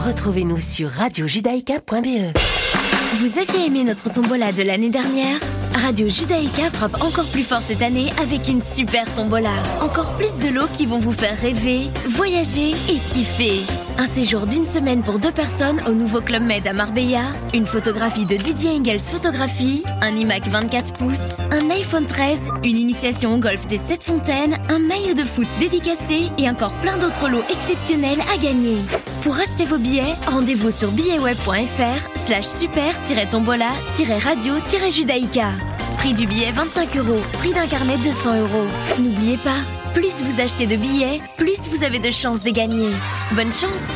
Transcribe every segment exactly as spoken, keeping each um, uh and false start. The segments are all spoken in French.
Retrouvez-nous sur radio judaïka point b e. Vous aviez aimé notre tombola de l'année dernière ? Radio Judaïka frappe encore plus fort cette année avec une super tombola. Encore plus de lots qui vont vous faire rêver, voyager et kiffer. Un séjour d'une semaine pour deux personnes au nouveau Club Med à Marbella, une photographie de Didier Engels Photographie, un iMac vingt-quatre pouces, un iPhone treize, une initiation au golf des Sept Fontaines, un maillot de foot dédicacé et encore plein d'autres lots exceptionnels à gagner. Pour acheter vos billets, rendez-vous sur billetsweb.fr slash super-tombola-radio-judaïka. Prix du billet vingt-cinq euros, prix d'un carnet deux cents euros. N'oubliez pas, plus vous achetez de billets, plus vous avez de chances de gagner. Bonne chance!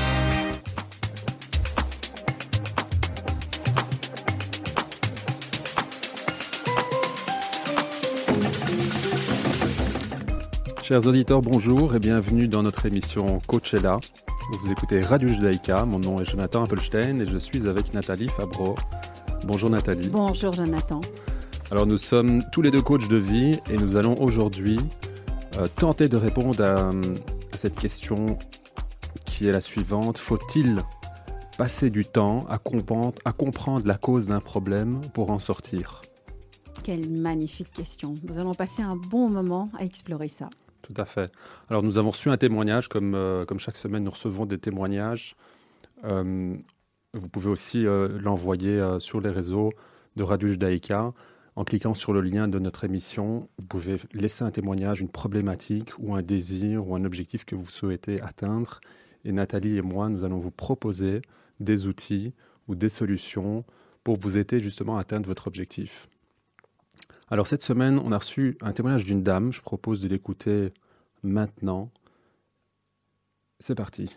Chers auditeurs, bonjour et bienvenue dans notre émission Coachella. Vous écoutez Radio Judaïka, mon nom est Jonathan Appelstein et je suis avec Nathalie Fabreau. Bonjour Nathalie. Bonjour Jonathan. Alors nous sommes tous les deux coachs de vie et nous allons aujourd'hui euh, tenter de répondre à, à cette question qui est la suivante. Faut-il passer du temps à comprendre, à comprendre la cause d'un problème pour en sortir ? Quelle magnifique question. Nous allons passer un bon moment à explorer ça. Tout à fait. Alors nous avons reçu un témoignage, comme, euh, comme chaque semaine nous recevons des témoignages. Euh, vous pouvez aussi euh, l'envoyer euh, sur les réseaux de Radio Judaïka. En cliquant sur le lien de notre émission, vous pouvez laisser un témoignage, une problématique ou un désir ou un objectif que vous souhaitez atteindre. Et Nathalie et moi, nous allons vous proposer des outils ou des solutions pour vous aider justement à atteindre votre objectif. Alors cette semaine, on a reçu un témoignage d'une dame. Je propose de l'écouter maintenant. C'est parti.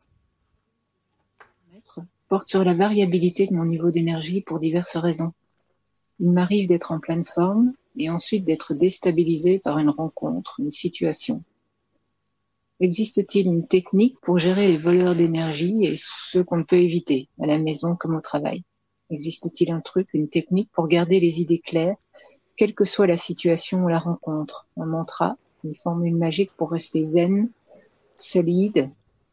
Porte sur la variabilité de mon niveau d'énergie pour diverses raisons. Il m'arrive d'être en pleine forme et ensuite d'être déstabilisé par une rencontre, une situation. Existe-t-il une technique pour gérer les voleurs d'énergie et ceux qu'on ne peut éviter, à la maison comme au travail ? Existe-t-il un truc, une technique pour garder les idées claires, quelle que soit la situation ou la rencontre ? Un mantra, une formule magique pour rester zen, solide.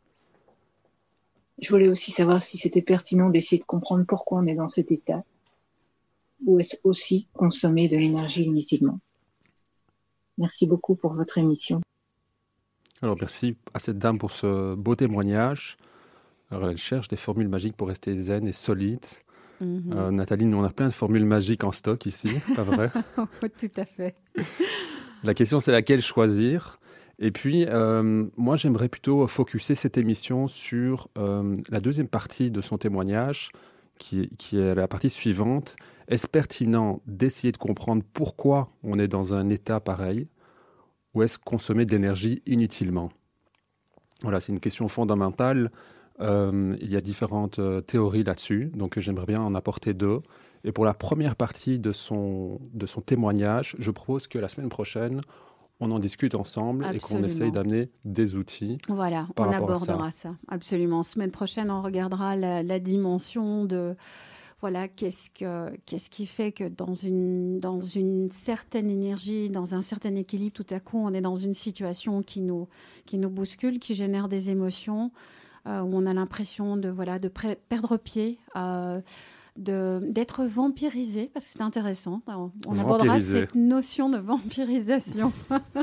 Je voulais aussi savoir si c'était pertinent d'essayer de comprendre pourquoi on est dans cet état. Ou est-ce aussi consommer de l'énergie inutilement ? Merci beaucoup pour votre émission. Alors merci à cette dame pour ce beau témoignage. Alors elle cherche des formules magiques pour rester zen et solide. Mm-hmm. Euh, Nathalie, nous on a plein de formules magiques en stock ici, pas vrai ? Tout à fait. La question c'est laquelle choisir ? Et puis euh, moi j'aimerais plutôt focuser cette émission sur euh, la deuxième partie de son témoignage, qui, qui est la partie suivante. Est-ce pertinent d'essayer de comprendre pourquoi on est dans un état pareil ou est-ce consommer de l'énergie inutilement ? Voilà, c'est une question fondamentale. Euh, il y a différentes euh, théories là-dessus, donc j'aimerais bien en apporter deux. Et pour la première partie de son, de son témoignage, je propose que la semaine prochaine, on en discute ensemble. Absolument. Et qu'on essaye d'amener des outils. Voilà, par on rapport abordera à ça. ça. Absolument. Semaine prochaine, on regardera la, la dimension de... Voilà, qu'est-ce, que, qu'est-ce qui fait que dans une, dans une certaine énergie, dans un certain équilibre, tout à coup, on est dans une situation qui nous, qui nous bouscule, qui génère des émotions, euh, où on a l'impression de, voilà, de pré- perdre pied, euh, de, d'être vampirisé, parce que c'est intéressant. On, on abordera cette notion de vampirisation.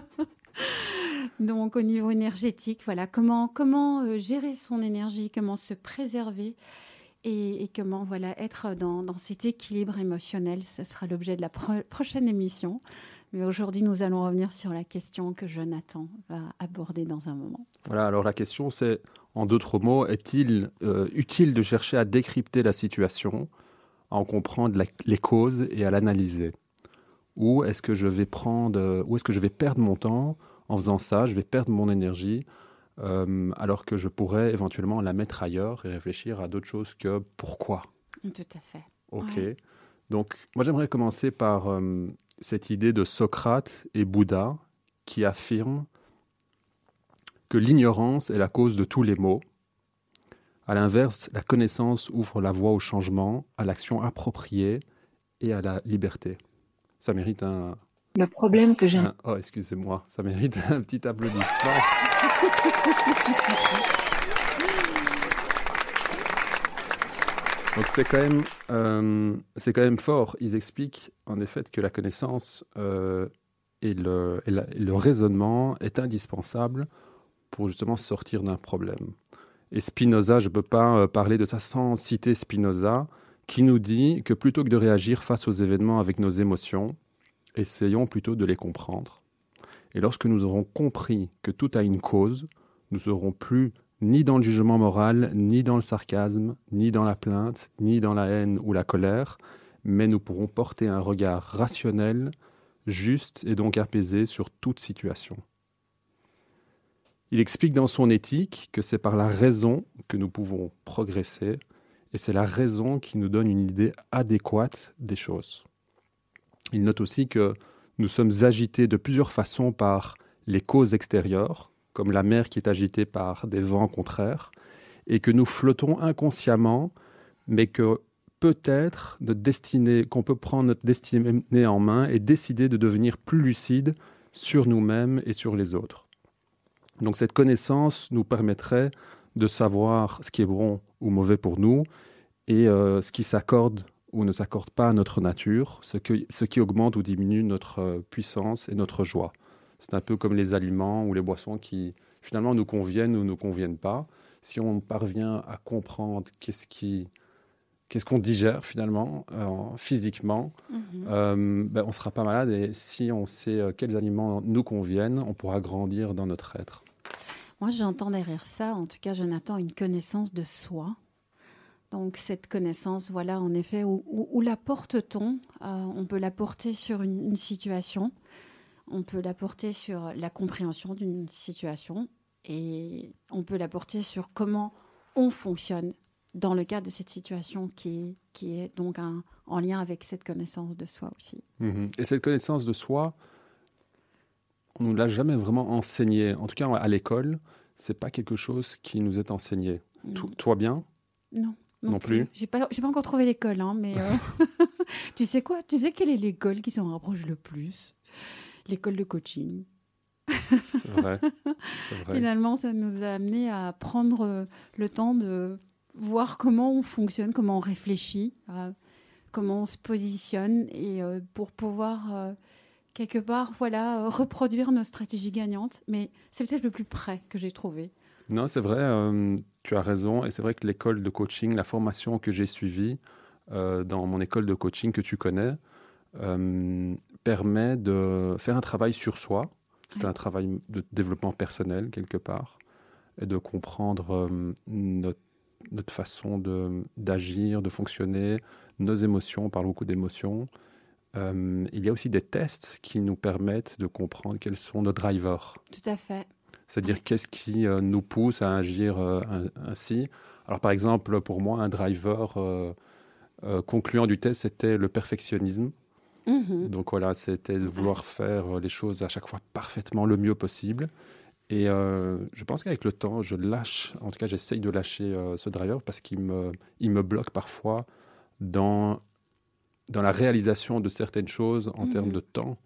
Donc, au niveau énergétique, voilà, comment, comment euh, gérer son énergie, comment se préserver. Et, et comment voilà, être dans, dans cet équilibre émotionnel. Ce sera l'objet de la pro- prochaine émission. Mais aujourd'hui, nous allons revenir sur la question que Jonathan va aborder dans un moment. Voilà, alors la question, c'est, en d'autres mots, est-il euh, utile de chercher à décrypter la situation, à en comprendre la, les causes et à l'analyser ? Ou est-ce que je vais prendre, ou est-ce que je vais perdre mon temps en faisant ça ? Je vais perdre mon énergie Euh, alors que je pourrais éventuellement la mettre ailleurs et réfléchir à d'autres choses que pourquoi. Tout à fait. Ok. Ouais. Donc, moi, j'aimerais commencer par euh, cette idée de Socrate et Bouddha qui affirment que l'ignorance est la cause de tous les maux. À l'inverse, la connaissance ouvre la voie au changement, à l'action appropriée et à la liberté. Ça mérite un... Le problème que j'ai... Un, oh, excusez-moi, ça mérite un petit applaudissement. Donc c'est quand même, euh, c'est quand même fort. Ils expliquent en effet que la connaissance euh, et, le, et, la, et le raisonnement est indispensable pour justement sortir d'un problème. Et Spinoza, je ne peux pas parler de ça sans citer Spinoza, qui nous dit que plutôt que de réagir face aux événements avec nos émotions, essayons plutôt de les comprendre. Et lorsque nous aurons compris que tout a une cause, nous ne serons plus ni dans le jugement moral, ni dans le sarcasme, ni dans la plainte, ni dans la haine ou la colère, mais nous pourrons porter un regard rationnel, juste et donc apaisé sur toute situation. Il explique dans son éthique que c'est par la raison que nous pouvons progresser, et c'est la raison qui nous donne une idée adéquate des choses. Il note aussi que nous sommes agités de plusieurs façons par les causes extérieures, comme la mer qui est agitée par des vents contraires, et que nous flottons inconsciemment, mais que peut-être notre destinée, qu'on peut prendre notre destinée en main et décider de devenir plus lucide sur nous-mêmes et sur les autres. Donc cette connaissance nous permettrait de savoir ce qui est bon ou mauvais pour nous et euh, ce qui s'accorde ou ne s'accorde pas à notre nature, ce, que, ce qui augmente ou diminue notre euh, puissance et notre joie. C'est un peu comme les aliments ou les boissons qui finalement nous conviennent ou ne nous conviennent pas. Si on parvient à comprendre qu'est-ce, qui, qu'est-ce qu'on digère finalement, euh, physiquement, mm-hmm. euh, ben, on ne sera pas malade. Et si on sait euh, quels aliments nous conviennent, on pourra grandir dans notre être. Moi, j'entends derrière ça, en tout cas, Jonathan, une connaissance de soi. Donc, cette connaissance, voilà, en effet, où, où, où la porte-t-on euh, On peut la porter sur une, une situation, on peut la porter sur la compréhension d'une situation et on peut la porter sur comment on fonctionne dans le cadre de cette situation qui, qui est donc un, en lien avec cette connaissance de soi aussi. Mmh. Et cette connaissance de soi, on ne nous l'a jamais vraiment enseigné. En tout cas, à l'école, ce n'est pas quelque chose qui nous est enseigné. To- toi bien ? Non. Non, non plus. plus. J'ai pas, j'ai pas encore trouvé l'école, hein, mais euh... tu sais quoi ? Tu sais quelle est l'école qui s'en rapproche le plus ? L'école de coaching. C'est vrai. C'est vrai. Finalement, ça nous a amené à prendre le temps de voir comment on fonctionne, comment on réfléchit, euh, comment on se positionne, et euh, pour pouvoir euh, quelque part, voilà, euh, reproduire nos stratégies gagnantes. Mais c'est peut-être le plus près que j'ai trouvé. Non, c'est vrai. Euh, tu as raison, et c'est vrai que l'école de coaching, la formation que j'ai suivie euh, dans mon école de coaching que tu connais, euh, permet de faire un travail sur soi. C'est ouais. un travail de développement personnel, quelque part, et de comprendre euh, notre, notre façon de, d'agir, de fonctionner, nos émotions. On parle beaucoup d'émotions. Euh, il y a aussi des tests qui nous permettent de comprendre quels sont nos drivers. Tout à fait. C'est-à-dire ouais. qu'est-ce qui euh, nous pousse à agir euh, ainsi. Alors, par exemple, pour moi, un driver euh, euh, concluant du test, c'était le perfectionnisme. Mmh. Donc voilà, c'était de vouloir faire les choses à chaque fois parfaitement le mieux possible. Et euh, je pense qu'avec le temps, je lâche, en tout cas j'essaye de lâcher euh, ce driver parce qu'il me, il me bloque parfois dans, dans la réalisation de certaines choses en mmh. termes de temps.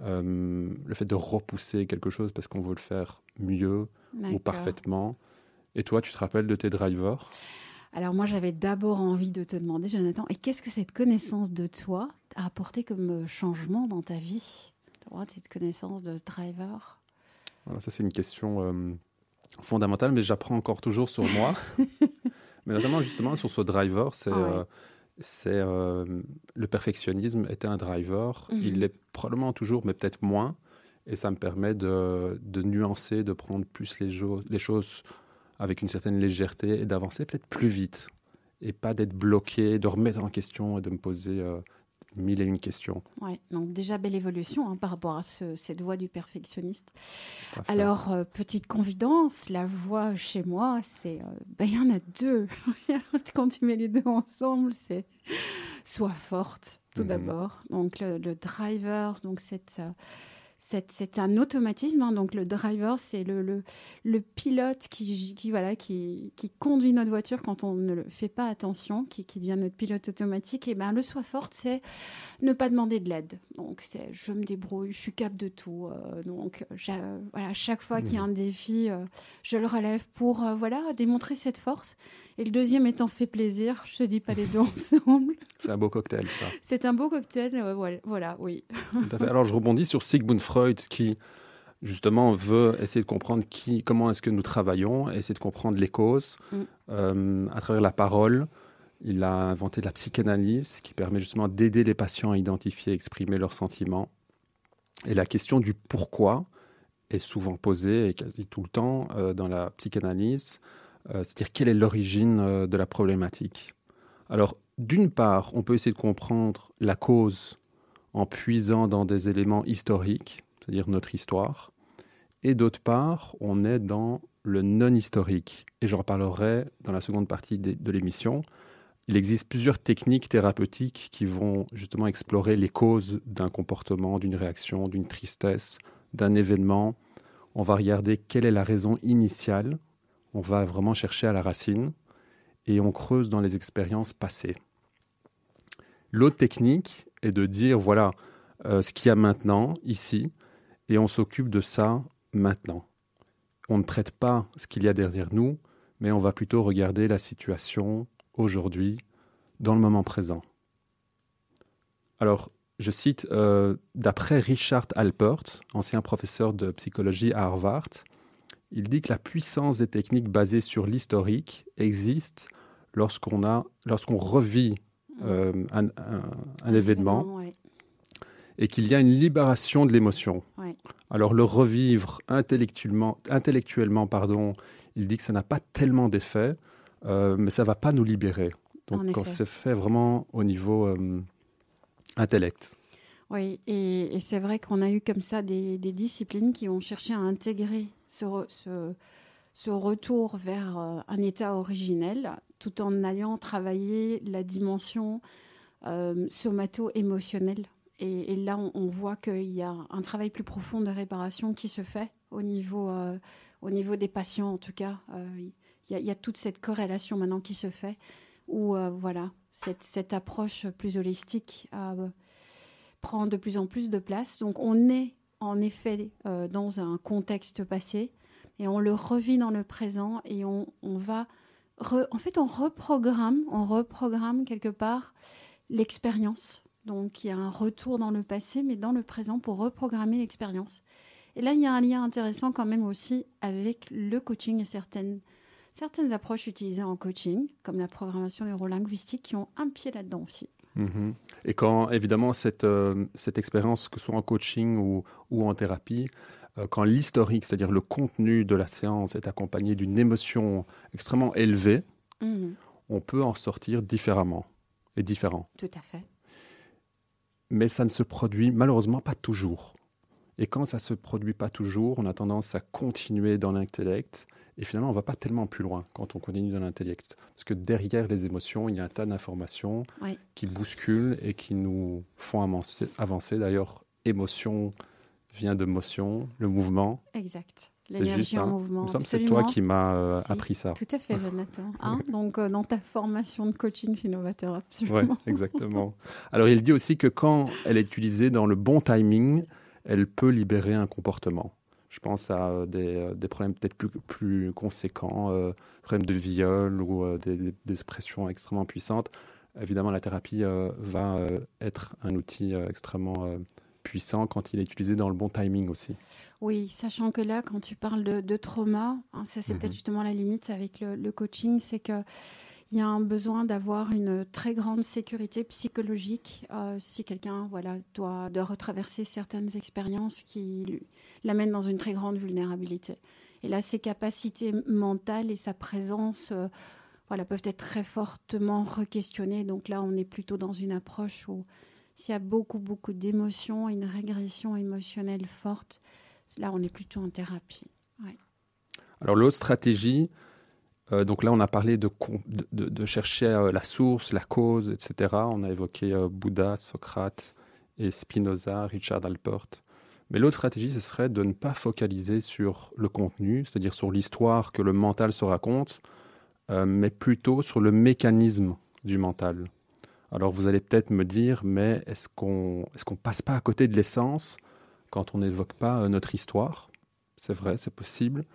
Euh, le fait de repousser quelque chose parce qu'on veut le faire mieux D'accord. ou parfaitement. Et toi, tu te rappelles de tes drivers ? Alors moi, j'avais d'abord envie de te demander, Jonathan, et qu'est-ce que cette connaissance de toi a apporté comme changement dans ta vie ? Cette connaissance de ce driver ? Voilà, ça, c'est une question euh, fondamentale, mais j'apprends encore toujours sur moi. Mais notamment, justement, sur ce driver, c'est, ah ouais. euh, c'est euh, le perfectionnisme était un driver. Mm-hmm. Il l'est probablement toujours, mais peut-être moins. Et ça me permet de, de nuancer, de prendre plus les, jo- les choses avec une certaine légèreté et d'avancer peut-être plus vite et pas d'être bloqué, de remettre en question et de me poser euh, mille et une questions. Oui, donc déjà belle évolution hein, par rapport à ce, cette voie du perfectionniste. Alors, euh, petite confidence, la voie chez moi, c'est... Euh, ben, y en a deux. Quand tu mets les deux ensemble, c'est sois forte, tout mmh. d'abord. Donc, le, le driver, donc cette... Euh, C'est, c'est un automatisme, hein, donc le driver, c'est le, le, le pilote qui, qui, voilà, qui, qui conduit notre voiture quand on ne le fait pas attention, qui, qui devient notre pilote automatique. Et ben, le soi forte, c'est ne pas demander de l'aide. Donc, c'est je me débrouille, je suis capable de tout. Euh, donc, voilà, chaque fois mmh. qu'il y a un défi, euh, je le relève pour euh, voilà, démontrer cette force. Et le deuxième étant fait plaisir, je ne te dis pas les deux ensemble. C'est un beau cocktail, ça. C'est un beau cocktail, euh, voilà, voilà, oui. Tout à fait. Alors, je rebondis sur Sigmund Freud, qui, justement, veut essayer de comprendre qui, comment est-ce que nous travaillons, essayer de comprendre les causes mm. euh, à travers la parole. Il a inventé la psychanalyse, qui permet justement d'aider les patients à identifier et exprimer leurs sentiments. Et la question du pourquoi est souvent posée, et quasi tout le temps, euh, dans la psychanalyse. Euh, c'est-à-dire, quelle est l'origine euh, de la problématique ? Alors, d'une part, on peut essayer de comprendre la cause en puisant dans des éléments historiques, c'est-à-dire notre histoire. Et d'autre part, on est dans le non-historique. Et j'en reparlerai dans la seconde partie de, de l'émission. Il existe plusieurs techniques thérapeutiques qui vont justement explorer les causes d'un comportement, d'une réaction, d'une tristesse, d'un événement. On va regarder quelle est la raison initiale. On va vraiment chercher à la racine et on creuse dans les expériences passées. L'autre technique est de dire, voilà, euh, ce qu'il y a maintenant, ici, et on s'occupe de ça maintenant. On ne traite pas ce qu'il y a derrière nous, mais on va plutôt regarder la situation aujourd'hui, dans le moment présent. Alors, je cite, euh, d'après Richard Alpert, ancien professeur de psychologie à Harvard, il dit que la puissance des techniques basées sur l'historique existe lorsqu'on, a, lorsqu'on revit euh, un, un, un événement, événement ouais. et qu'il y a une libération de l'émotion. Ouais. Alors le revivre intellectuellement, intellectuellement pardon, il dit que ça n'a pas tellement d'effet, euh, mais ça ne va pas nous libérer. Donc quand c'est fait vraiment au niveau euh, intellect. Oui, et, et c'est vrai qu'on a eu comme ça des, des disciplines qui ont cherché à intégrer ce, ce, ce retour vers euh, un état originel, tout en allant travailler la dimension euh, somato-émotionnelle. Et, et là, on, on voit qu'il y a un travail plus profond de réparation qui se fait au niveau, euh, au niveau des patients, en tout cas. Euh, il, y a, il y a toute cette corrélation maintenant qui se fait, où euh, voilà, cette, cette approche plus holistique euh, prend de plus en plus de place. Donc, on est en effet euh, dans un contexte passé et on le revit dans le présent et on, on va... Re, en fait, on reprogramme, on reprogramme quelque part l'expérience. Donc, il y a un retour dans le passé, mais dans le présent pour reprogrammer l'expérience. Et là, il y a un lien intéressant quand même aussi avec le coaching et certaines, certaines approches utilisées en coaching, comme la programmation neurolinguistique, qui ont un pied là-dedans aussi. Mmh. Et quand, évidemment, cette, euh, cette expérience, que ce soit en coaching ou, ou en thérapie, euh, quand l'historique, c'est-à-dire le contenu de la séance, est accompagné d'une émotion extrêmement élevée, mmh. on peut en sortir différemment et différent. Tout à fait. Mais ça ne se produit malheureusement pas toujours. Et quand ça ne se produit pas toujours, on a tendance à continuer dans l'intellect. Et finalement, on ne va pas tellement plus loin quand on continue dans l'intellect. Parce que derrière les émotions, il y a un tas d'informations oui. qui bousculent et qui nous font avancer. avancer. D'ailleurs, émotion vient de motion, le mouvement. Exact. L'énergie juste, en hein. mouvement. Il me semble que c'est toi qui m'as euh, appris ça. Tout à fait, Jonathan. Hein Donc, euh, dans ta formation de coaching chez Novateur, absolument. Oui, exactement. Alors, il dit aussi que quand elle est utilisée dans le bon timing, elle peut libérer un comportement. Je pense à euh, des, euh, des problèmes peut-être plus, plus conséquents, euh, problèmes de viol ou euh, des, des, des pressions extrêmement puissantes. Évidemment, la thérapie euh, va euh, être un outil euh, extrêmement euh, puissant quand il est utilisé dans le bon timing aussi. Oui, sachant que là, quand tu parles de, de trauma, hein, ça c'est mmh. peut-être justement la limite avec le, le coaching, c'est qu'il y a un besoin d'avoir une très grande sécurité psychologique euh, si quelqu'un voilà, doit, doit retraverser certaines expériences qui lui, l'amènent dans une très grande vulnérabilité. Et là, ses capacités mentales et sa présence euh, voilà, peuvent être très fortement re-questionnées. Donc là, on est plutôt dans une approche où s'il y a beaucoup, beaucoup d'émotions, une régression émotionnelle forte, là, on est plutôt en thérapie. Ouais. Alors, l'autre stratégie, euh, donc là, on a parlé de, de, de chercher euh, la source, la cause, et cetera. On a évoqué euh, Bouddha, Socrate et Spinoza, Richard Alpert. Mais l'autre stratégie, ce serait de ne pas focaliser sur le contenu, c'est-à-dire sur l'histoire que le mental se raconte, euh, mais plutôt sur le mécanisme du mental. Alors, vous allez peut-être me dire, mais est-ce qu'on est-ce qu'on passe pas à côté de l'essence quand on n'évoque pas euh, notre histoire ? C'est vrai, c'est possible.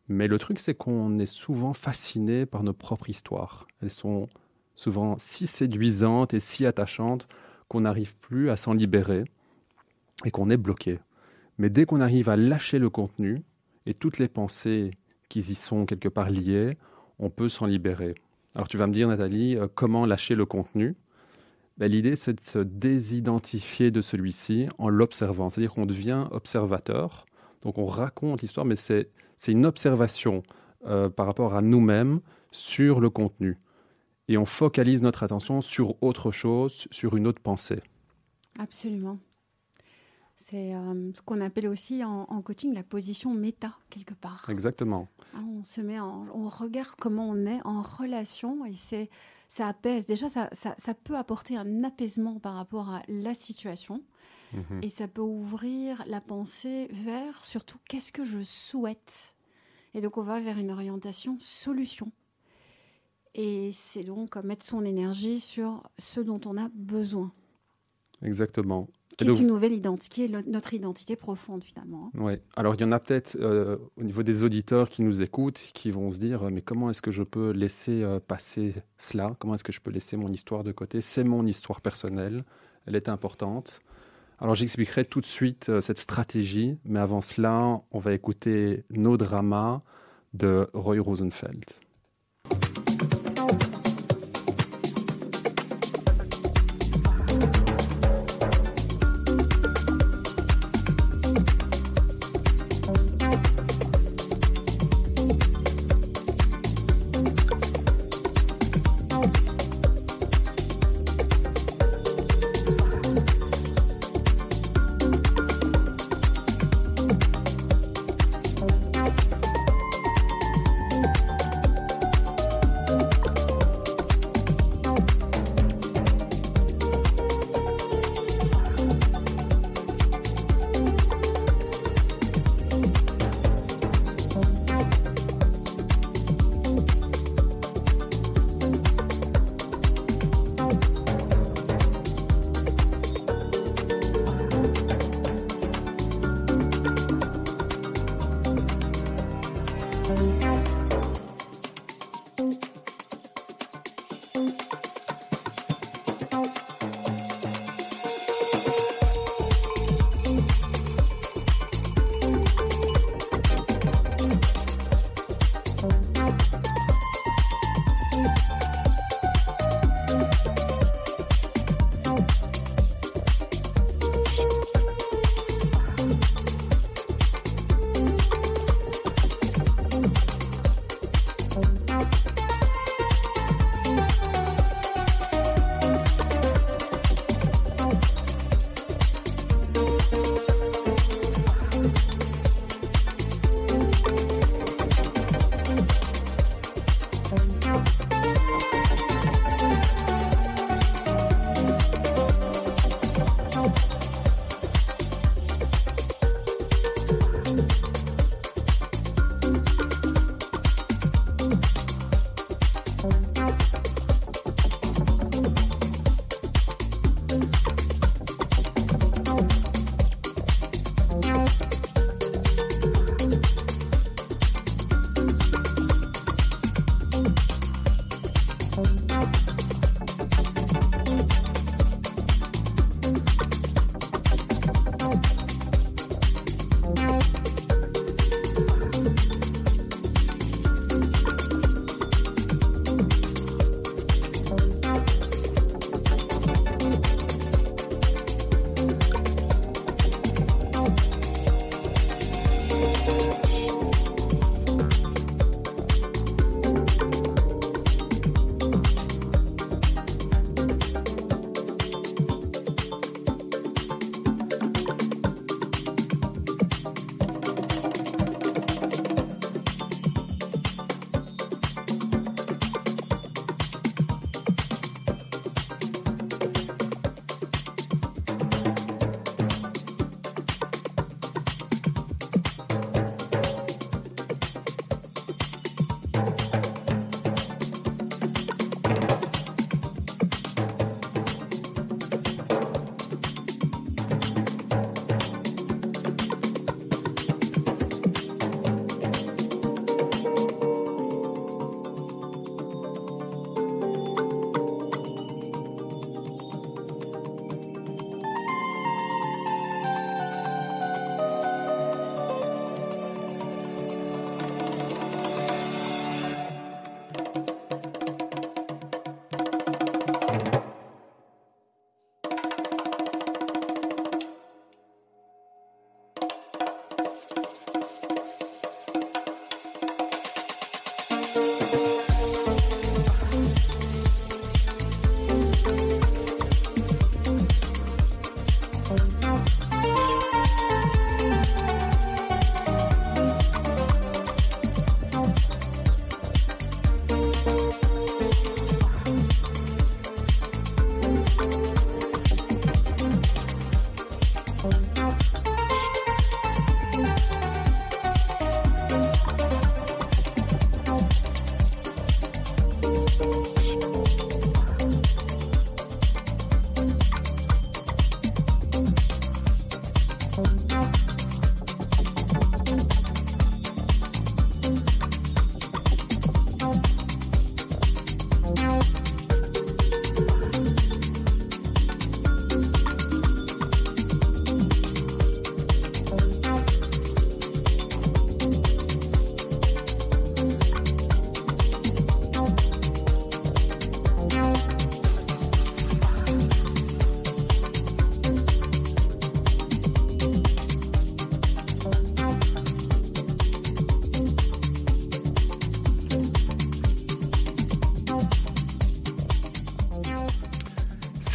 Mais le truc, c'est qu'on est souvent fasciné par nos propres histoires. Elles sont souvent si séduisantes et si attachantes qu'on n'arrive plus à s'en libérer et qu'on est bloqué. Mais dès qu'on arrive à lâcher le contenu et toutes les pensées qui y sont quelque part liées, on peut s'en libérer. Alors tu vas me dire, Nathalie, euh, comment lâcher le contenu ? Ben, l'idée, c'est de se désidentifier de celui-ci en l'observant. C'est-à-dire qu'on devient observateur. Donc on raconte l'histoire, mais c'est, c'est une observation euh, par rapport à nous-mêmes sur le contenu. Et on focalise notre attention sur autre chose, sur une autre pensée. Absolument. C'est euh, ce qu'on appelle aussi en, en coaching la position méta, quelque part. Exactement. Hein, on se met en, on regarde comment on est en relation et c'est, ça apaise. Déjà, ça, ça, ça peut apporter un apaisement par rapport à la situation. Mmh. Et ça peut ouvrir la pensée vers, surtout, qu'est-ce que je souhaite ? Et donc, on va vers une orientation solution. Et c'est donc mettre son énergie sur ce dont on a besoin. Exactement. Qui est donc une nouvelle identité, qui est notre identité profonde, finalement. Oui. Alors, il y en a peut-être euh, au niveau des auditeurs qui nous écoutent, qui vont se dire, mais comment est-ce que je peux laisser euh, passer cela ? Comment est-ce que je peux laisser mon histoire de côté ? C'est mon histoire personnelle. Elle est importante. Alors, j'expliquerai tout de suite euh, cette stratégie, mais avant cela, on va écouter Nos dramas de Roy Rosenfeld.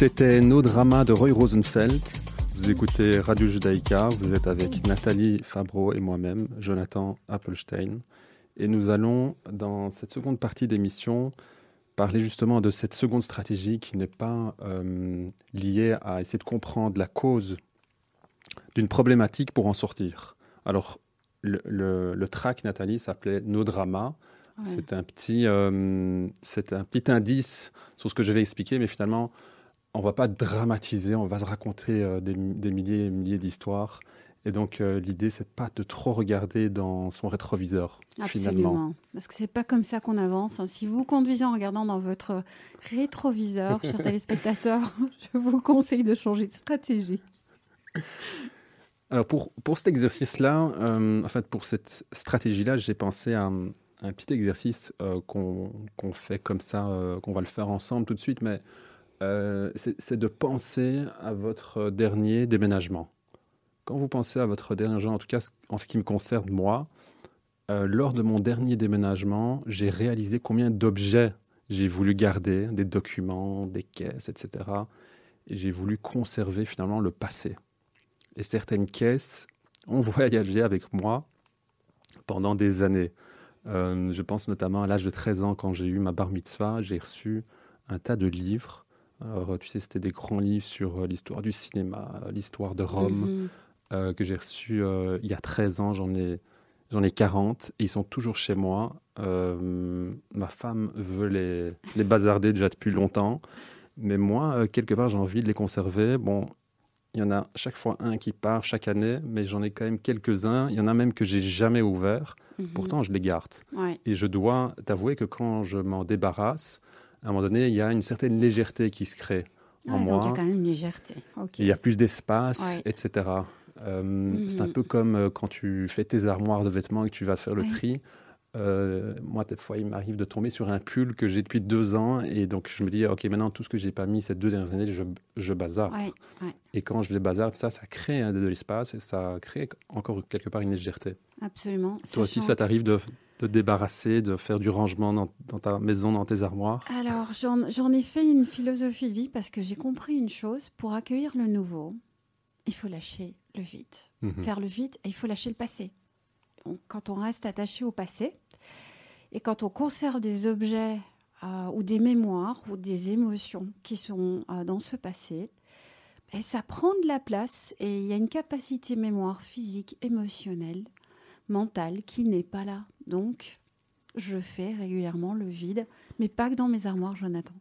C'était nos dramas de Roy Rosenfeld. Vous écoutez Radio Judaïka, vous êtes avec Nathalie Fabreau et moi-même, Jonathan Appelstein. Et nous allons, dans cette seconde partie d'émission, parler justement de cette seconde stratégie qui n'est pas euh, liée à essayer de comprendre la cause d'une problématique pour en sortir. Alors, le, le, le track, Nathalie, s'appelait Nos dramas. Ouais. C'est un petit, euh, c'est un petit indice sur ce que je vais expliquer, mais finalement, on ne va pas dramatiser, on va se raconter euh, des, des milliers et milliers d'histoires. Et donc, euh, l'idée, c'est pas de trop regarder dans son rétroviseur, Absolument. Finalement. Parce que c'est pas comme ça qu'on avance. Hein. Si vous conduisez en regardant dans votre rétroviseur, chers téléspectateurs, je vous conseille de changer de stratégie. Alors, pour, pour cet exercice-là, euh, en fait, pour cette stratégie-là, j'ai pensé à un, un petit exercice euh, qu'on, qu'on fait comme ça, euh, qu'on va le faire ensemble tout de suite, mais euh, c'est, c'est de penser à votre dernier déménagement. Quand vous pensez à votre déménagement, en tout cas en ce qui me concerne moi, euh, lors de mon dernier déménagement, j'ai réalisé combien d'objets j'ai voulu garder, des documents, des caisses, et cetera. Et j'ai voulu conserver finalement le passé. Et certaines caisses ont voyagé avec moi pendant des années. Euh, je pense notamment à l'âge de treize ans, quand j'ai eu ma bar mitzvah, j'ai reçu un tas de livres. Alors, tu sais, c'était des grands livres sur l'histoire du cinéma, l'histoire de Rome. Mm-hmm. Euh, que j'ai reçu euh, il y a treize ans, j'en ai, j'en ai quarante, et ils sont toujours chez moi. Euh, ma femme veut les, les bazarder déjà depuis longtemps, mais moi, euh, quelque part, j'ai envie de les conserver. Bon, il y en a chaque fois un qui part chaque année, mais j'en ai quand même quelques-uns. Il y en a même que j'ai jamais ouverts, mm-hmm. Pourtant je les garde. Ouais. Et je dois t'avouer que quand je m'en débarrasse, à un moment donné, il y a une certaine légèreté qui se crée en ah, moi. Donc il y a quand même une légèreté. Okay. Il y a plus d'espace, ouais. et cetera. Euh, mmh. C'est un peu comme euh, quand tu fais tes armoires de vêtements et que tu vas faire le ouais. tri. Euh, moi, des fois, il m'arrive de tomber sur un pull que j'ai depuis deux ans et donc je me dis, ok, maintenant tout ce que j'ai pas mis ces deux dernières années, je, je bazarde. Ouais. Ouais. Et quand je les bazarde, ça, ça crée hein, de, de l'espace et ça crée encore quelque part une légèreté. Absolument. Toi aussi, ça t'arrive de te débarrasser, de faire du rangement dans, dans ta maison, dans tes armoires? Alors, j'en, j'en ai fait une philosophie de vie parce que j'ai compris une chose, pour accueillir le nouveau, il faut lâcher le vide, mmh. faire le vide et il faut lâcher le passé. Donc, quand on reste attaché au passé et quand on conserve des objets euh, ou des mémoires ou des émotions qui sont euh, dans ce passé, et ça prend de la place et il y a une capacité mémoire physique, émotionnelle, mentale qui n'est pas là. Donc, je fais régulièrement le vide, mais pas que dans mes armoires, Jonathan.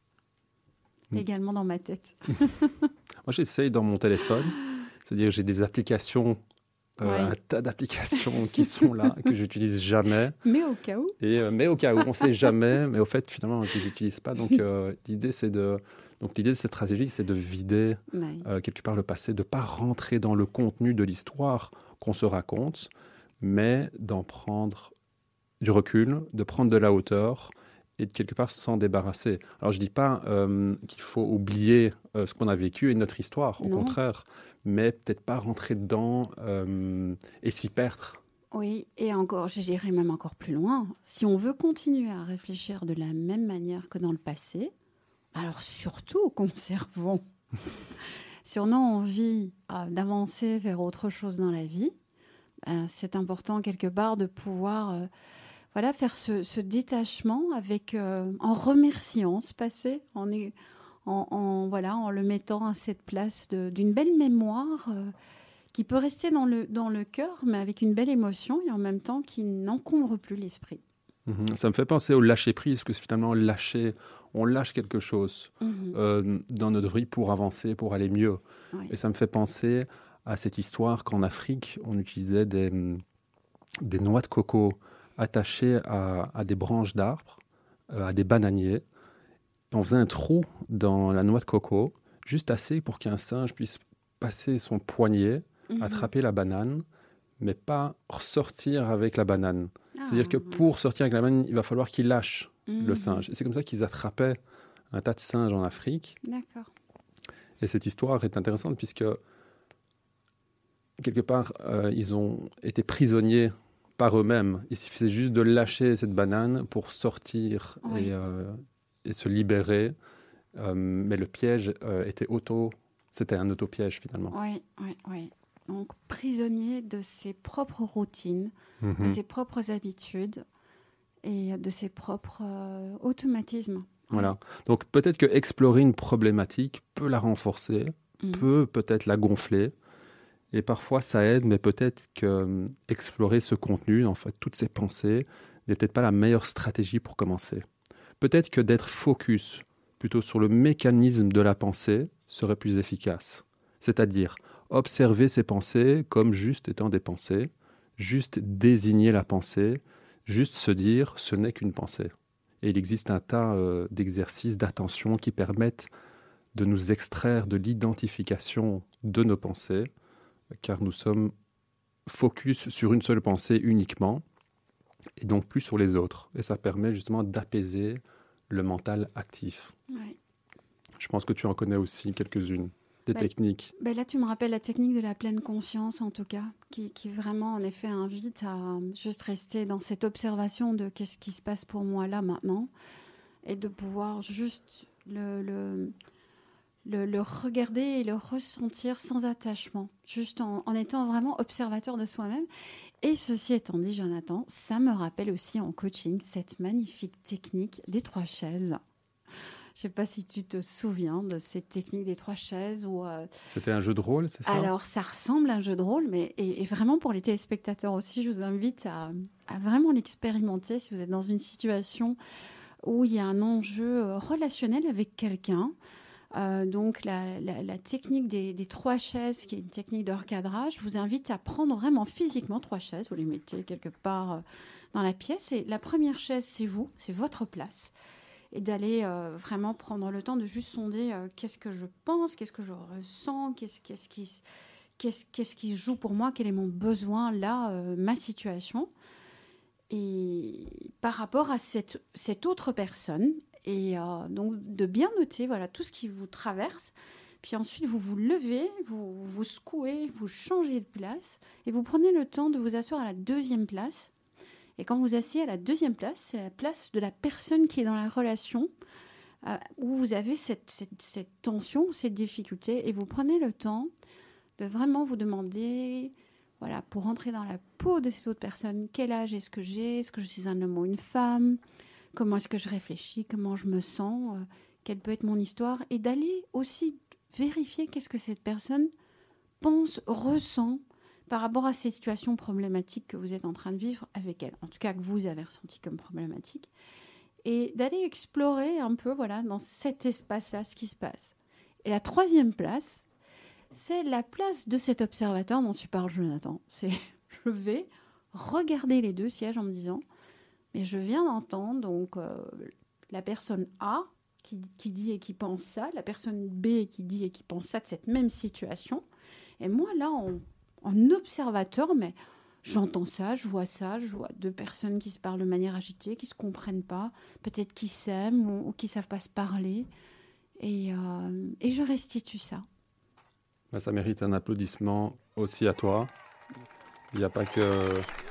Mmh. Également dans ma tête. Moi, j'essaye dans mon téléphone. C'est-à-dire que j'ai des applications, euh, ouais. un tas d'applications qui sont là, que je n'utilise jamais. Mais au cas où. Et, euh, mais au cas où, on ne sait jamais. Mais au fait, finalement, je ne les utilise pas. Donc, euh, l'idée, c'est de, donc, l'idée de cette stratégie, c'est de vider ouais. euh, quelque part le passé, de ne pas rentrer dans le contenu de l'histoire qu'on se raconte, mais d'en prendre du recul, de prendre de la hauteur et de quelque part s'en débarrasser. Alors, je ne dis pas euh, qu'il faut oublier euh, ce qu'on a vécu et notre histoire, au non. contraire, mais peut-être pas rentrer dedans euh, et s'y perdre. Oui, et encore, j'irai même encore plus loin. Si on veut continuer à réfléchir de la même manière que dans le passé, alors surtout conservons. Si on a envie euh, d'avancer vers autre chose dans la vie, euh, c'est important quelque part de pouvoir... Euh, Voilà, faire ce, ce détachement avec, euh, en remerciant ce passé, en, en, en, voilà, en le mettant à cette place de, d'une belle mémoire euh, qui peut rester dans le, dans le cœur, mais avec une belle émotion et en même temps qui n'encombre plus l'esprit. Mmh, ça me fait penser au lâcher-prise, que finalement, lâcher, on lâche quelque chose mmh. euh, dans notre vie pour avancer, pour aller mieux. Ouais. Et ça me fait penser à cette histoire qu'en Afrique, on utilisait des, des noix de coco attachés à, à des branches d'arbres, euh, à des bananiers. Et on faisait un trou dans la noix de coco, juste assez pour qu'un singe puisse passer son poignet, mmh. attraper la banane, mais pas ressortir avec la banane. Ah, C'est-à-dire que pour sortir avec la banane, il va falloir qu'il lâche mmh. le singe. Et c'est comme ça qu'ils attrapaient un tas de singes en Afrique. D'accord. Et cette histoire est intéressante puisque, quelque part, euh, ils ont été prisonniers par eux-mêmes. Il suffisait juste de lâcher cette banane pour sortir oui. et, euh, et se libérer. Euh, mais le piège euh, était auto, c'était un auto-piège finalement. Oui, oui, oui. Donc prisonnier de ses propres routines, Mm-hmm. de ses propres habitudes et de ses propres euh, automatismes. Voilà. Donc peut-être que explorer une problématique peut la renforcer, Mm. peut peut-être la gonfler. Et parfois ça aide, mais peut-être que euh, explorer ce contenu, en fait, toutes ces pensées, n'est peut-être pas la meilleure stratégie pour commencer. Peut-être que d'être focus plutôt sur le mécanisme de la pensée serait plus efficace. C'est-à-dire observer ces pensées comme juste étant des pensées, juste désigner la pensée, juste se dire ce n'est qu'une pensée. Et il existe un tas euh, d'exercices d'attention qui permettent de nous extraire de l'identification de nos pensées, car nous sommes focus sur une seule pensée uniquement, et donc plus sur les autres. Et ça permet justement d'apaiser le mental actif. Ouais. Je pense que tu en connais aussi quelques-unes, des Bah, techniques. Ben là, tu me rappelles la technique de la pleine conscience, en tout cas, qui, qui vraiment, en effet, invite à juste rester dans cette observation de qu'est-ce qui se passe pour moi là, maintenant, et de pouvoir juste le, le, le, le regarder et le ressentir sans attachement, juste en, en étant vraiment observateur de soi-même. Et ceci étant dit, Jonathan, ça me rappelle aussi en coaching cette magnifique technique des trois chaises. Je ne sais pas si tu te souviens de cette technique des trois chaises. Où, euh... C'était un jeu de rôle, c'est ça? Alors, ça ressemble à un jeu de rôle, mais et, et vraiment pour les téléspectateurs aussi, je vous invite à, à vraiment l'expérimenter si vous êtes dans une situation où il y a un enjeu relationnel avec quelqu'un. Euh, donc, la, la, la technique des, des trois chaises, qui est une technique de recadrage, je vous invite à prendre vraiment physiquement trois chaises. Vous les mettez quelque part dans la pièce. Et la première chaise, c'est vous, c'est votre place. Et d'aller euh, vraiment prendre le temps de juste sonder euh, qu'est-ce que je pense, qu'est-ce que je ressens, qu'est-ce, qu'est-ce, qui, qu'est-ce, qu'est-ce qui joue pour moi, quel est mon besoin là, euh, ma situation. Et par rapport à cette, cette autre personne, et euh, donc de bien noter voilà, tout ce qui vous traverse, puis ensuite vous vous levez, vous vous secouez, vous changez de place, et vous prenez le temps de vous asseoir à la deuxième place. Et quand vous asseyez à la deuxième place, c'est la place de la personne qui est dans la relation, euh, où vous avez cette, cette, cette tension, cette difficulté, et vous prenez le temps de vraiment vous demander, voilà, pour entrer dans la peau de cette autre personne, quel âge est-ce que j'ai, est-ce que je suis un homme ou une femme, comment est-ce que je réfléchis, comment je me sens, euh, quelle peut être mon histoire, et d'aller aussi vérifier qu'est-ce que cette personne pense, ressent, par rapport à ces situations problématiques que vous êtes en train de vivre avec elle, en tout cas que vous avez ressenti comme problématique, et d'aller explorer un peu voilà, dans cet espace-là ce qui se passe. Et la troisième place, c'est la place de cet observateur dont tu parles, Jonathan. C'est, je vais regarder les deux sièges en me disant, mais je viens d'entendre donc, euh, la personne A qui, qui dit et qui pense ça, la personne B qui dit et qui pense ça de cette même situation, et moi là, on en observateur, mais j'entends ça, je vois ça, je vois deux personnes qui se parlent de manière agitée, qui ne se comprennent pas, peut-être qui s'aiment ou, ou qui ne savent pas se parler. Et, euh, et je restitue ça. Ben, ça mérite un applaudissement aussi à toi. Il n'y a pas que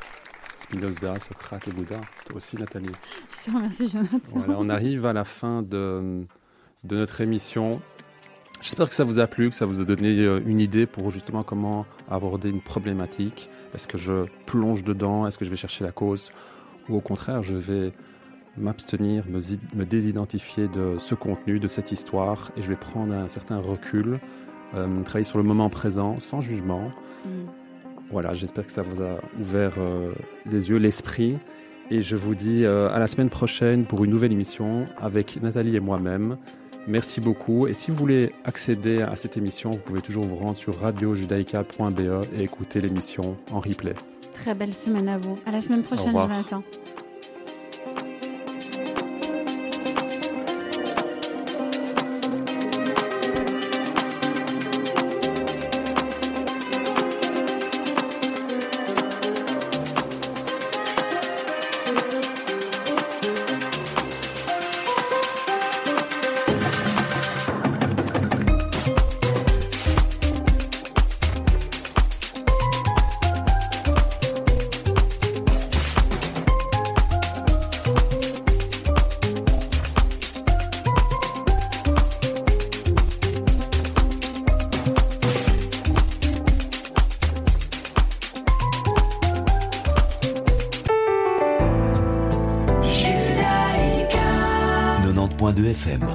Spinoza, Socrate et Bouddha. Toi aussi, Nathalie. Je te remercie, Jonathan. Voilà, on arrive à la fin de, de notre émission. J'espère que ça vous a plu, que ça vous a donné une idée pour justement comment aborder une problématique. Est-ce que je plonge dedans? Est-ce que je vais chercher la cause? Ou au contraire, je vais m'abstenir, me, me désidentifier de ce contenu, de cette histoire, et je vais prendre un certain recul, euh, travailler sur le moment présent, sans jugement. Mm. Voilà, j'espère que ça vous a ouvert euh, les yeux, l'esprit. Et je vous dis euh, à la semaine prochaine pour une nouvelle émission avec Nathalie et moi-même. Merci beaucoup. Et si vous voulez accéder à cette émission, vous pouvez toujours vous rendre sur radio judaïka point b e et écouter l'émission en replay. Très belle semaine à vous. À la semaine prochaine, Jonathan. point deux F M.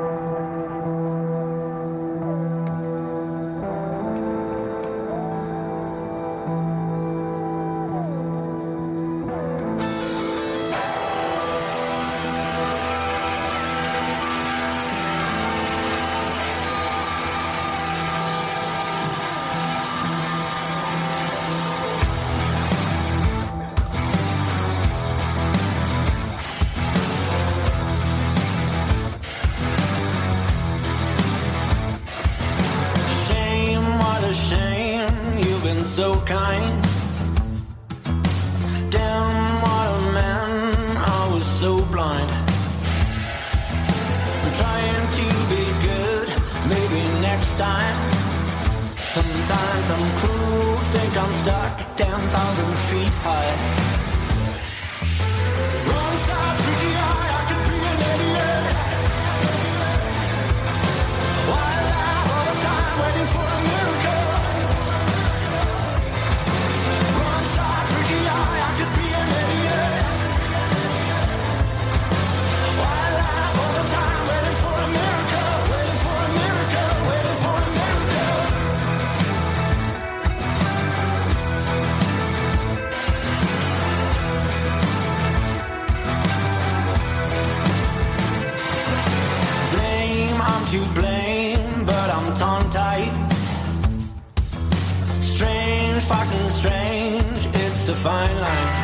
So kind, damn what a man, I was so blind. I'm trying to be good, maybe next time. Sometimes I'm cruel, think I'm stuck ten thousand feet high. Wrong side, tricky eye, I could be an idiot. Why laugh all the time, waiting for a miracle? I could be an idiot. Why laugh all the time, waiting for a miracle, waiting for a miracle, waiting for a miracle. Blame, I'm to blame, but I'm tongue-tied. Strange, fucking strange, it's a fine line.